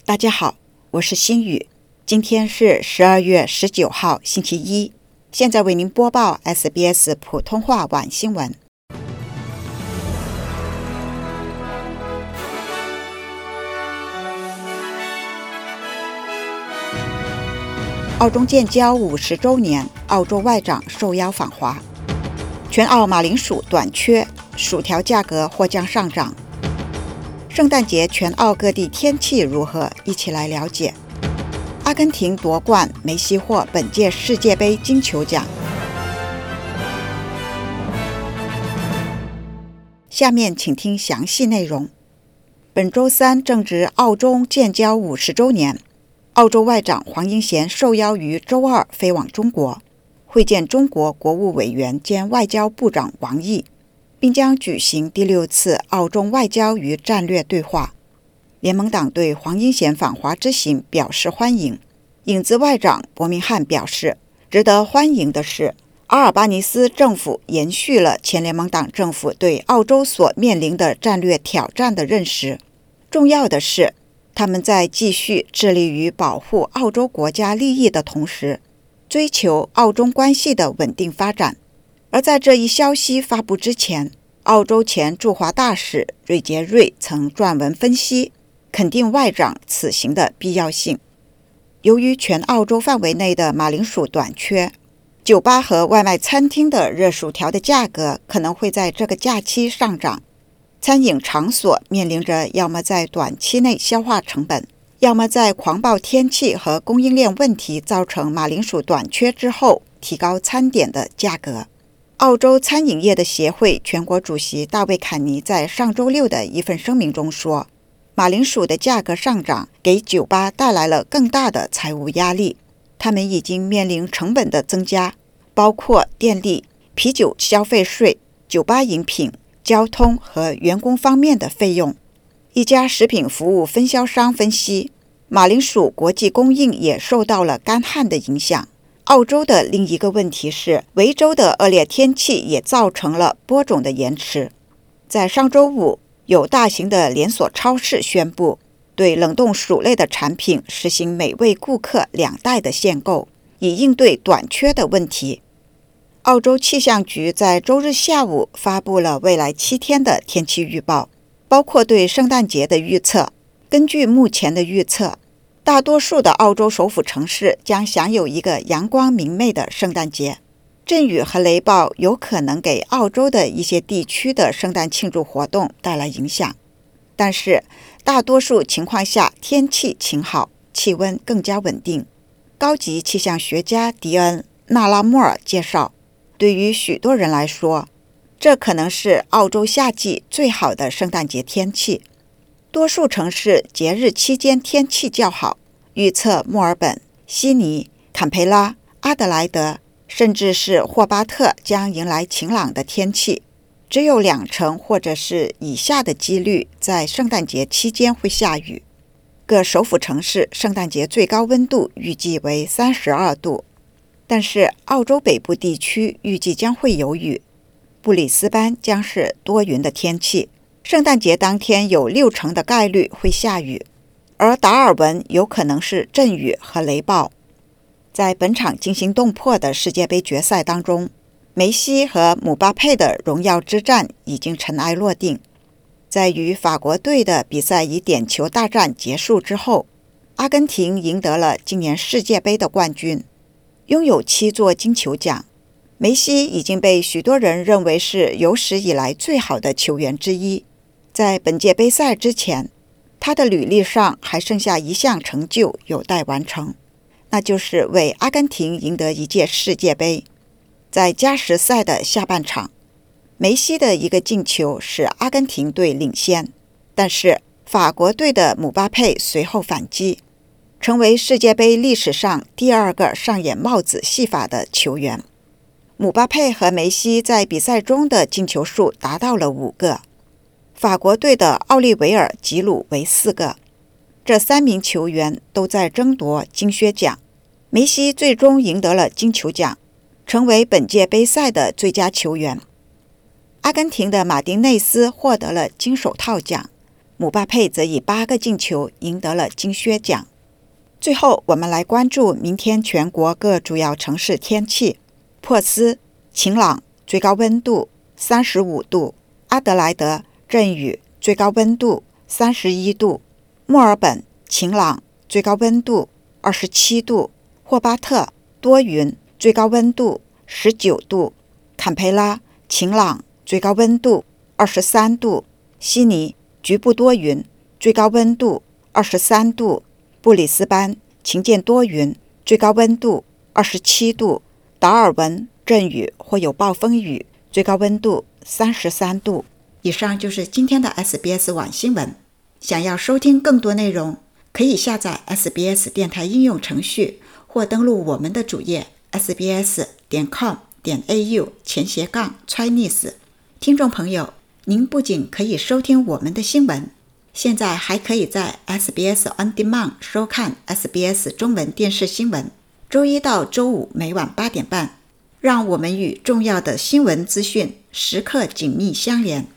大家好，我是心雨，今天是12月19号星期一，现在为您播报 SBS 普通话晚新闻。澳中建交50周年，澳洲外长受邀访华。全澳马铃薯短缺，薯条价格或将上涨。圣诞节全澳各地天气如何？一起来了解。阿根廷夺冠，梅西获本届世界杯金球奖。下面请听详细内容。本周三正值澳中建交50周年，澳洲外长黄英贤受邀于周二飞往中国，会见中国国务委员兼外交部长王毅，并将举行第6次澳中外交与战略对话。联盟党对黄英贤访华之行表示欢迎。影子外长伯明翰表示，值得欢迎的是，阿尔巴尼斯政府延续了前联盟党政府对澳洲所面临的战略挑战的认识。重要的是，他们在继续致力于保护澳洲国家利益的同时，追求澳中关系的稳定发展。而在这一消息发布之前，澳洲前驻华大使瑞杰瑞曾撰文分析，肯定外长此行的必要性。由于全澳洲范围内的马铃薯短缺，酒吧和外卖餐厅的热薯条的价格可能会在这个假期上涨。餐饮场所面临着要么在短期内消化成本，要么在狂暴天气和供应链问题造成马铃薯短缺之后提高餐点的价格。澳洲餐饮业的协会全国主席大卫·坎尼在上周六的一份声明中说，马铃薯的价格上涨给酒吧带来了更大的财务压力，他们已经面临成本的增加，包括电力、啤酒消费税、酒吧饮品、交通和员工方面的费用。一家食品服务分销商分析，马铃薯国际供应也受到了干旱的影响。澳洲的另一个问题是，维州的恶劣天气也造成了播种的延迟。在上周五，有大型的连锁超市宣布，对冷冻薯类的产品实行每位顾客2袋的限购，以应对短缺的问题。澳洲气象局在周日下午发布了未来7天的天气预报，包括对圣诞节的预测。根据目前的预测，大多数的澳洲首府城市将享有一个阳光明媚的圣诞节。阵雨和雷暴有可能给澳洲的一些地区的圣诞庆祝活动带来影响，但是大多数情况下天气晴好，气温更加稳定。高级气象学家迪恩·纳拉莫尔介绍，对于许多人来说，这可能是澳洲夏季最好的圣诞节天气。多数城市节日期间天气较好，预测墨尔本、悉尼、坎培拉、阿德莱德甚至是霍巴特将迎来晴朗的天气，只有2%或者是以下的几率在圣诞节期间会下雨。各首府城市圣诞节最高温度预计为32度，但是澳洲北部地区预计将会有雨。布里斯班将是多云的天气，圣诞节当天有60%的概率会下雨，而达尔文有可能是阵雨和雷暴。在本场惊心动魄的世界杯决赛当中，梅西和姆巴佩的荣耀之战已经尘埃落定。在与法国队的比赛以点球大战结束之后，阿根廷赢得了今年世界杯的冠军，拥有7座金球奖。梅西已经被许多人认为是有史以来最好的球员之一。在本届杯赛之前，他的履历上还剩下一项成就有待完成，那就是为阿根廷赢得一届世界杯。在加时赛的下半场，梅西的一个进球使阿根廷队领先，但是法国队的姆巴佩随后反击，成为世界杯历史上第2个上演帽子戏法的球员。姆巴佩和梅西在比赛中的进球数达到了5个，法国队的奥利维尔·吉鲁为4个。这3名球员都在争夺金靴奖。梅西最终赢得了金球奖，成为本届杯赛的最佳球员。阿根廷的马丁内斯获得了金手套奖， 姆巴佩则以8个进球赢得了金靴奖。最后，我们来关注明天全国各主要城市天气。珀斯晴朗，最高温度35度；阿德莱德阵雨，最高温度31度；墨尔本晴朗，最高温度27度；霍巴特多云，最高温度19度；坎培拉晴朗，最高温度23度；悉尼局部多云，最高温度23度；布里斯班晴间多云，最高温度27度；达尔文阵雨或有暴风雨，最高温度33度。以上就是今天的 SBS 网新闻。想要收听更多内容，可以下载 SBS 电台应用程序，或登录我们的主页 sbs.com.au/Chinese。听众朋友，您不仅可以收听我们的新闻，现在还可以在 SBS On Demand 收看 SBS 中文电视新闻，周一到周五每晚8点半，让我们与重要的新闻资讯时刻紧密相连。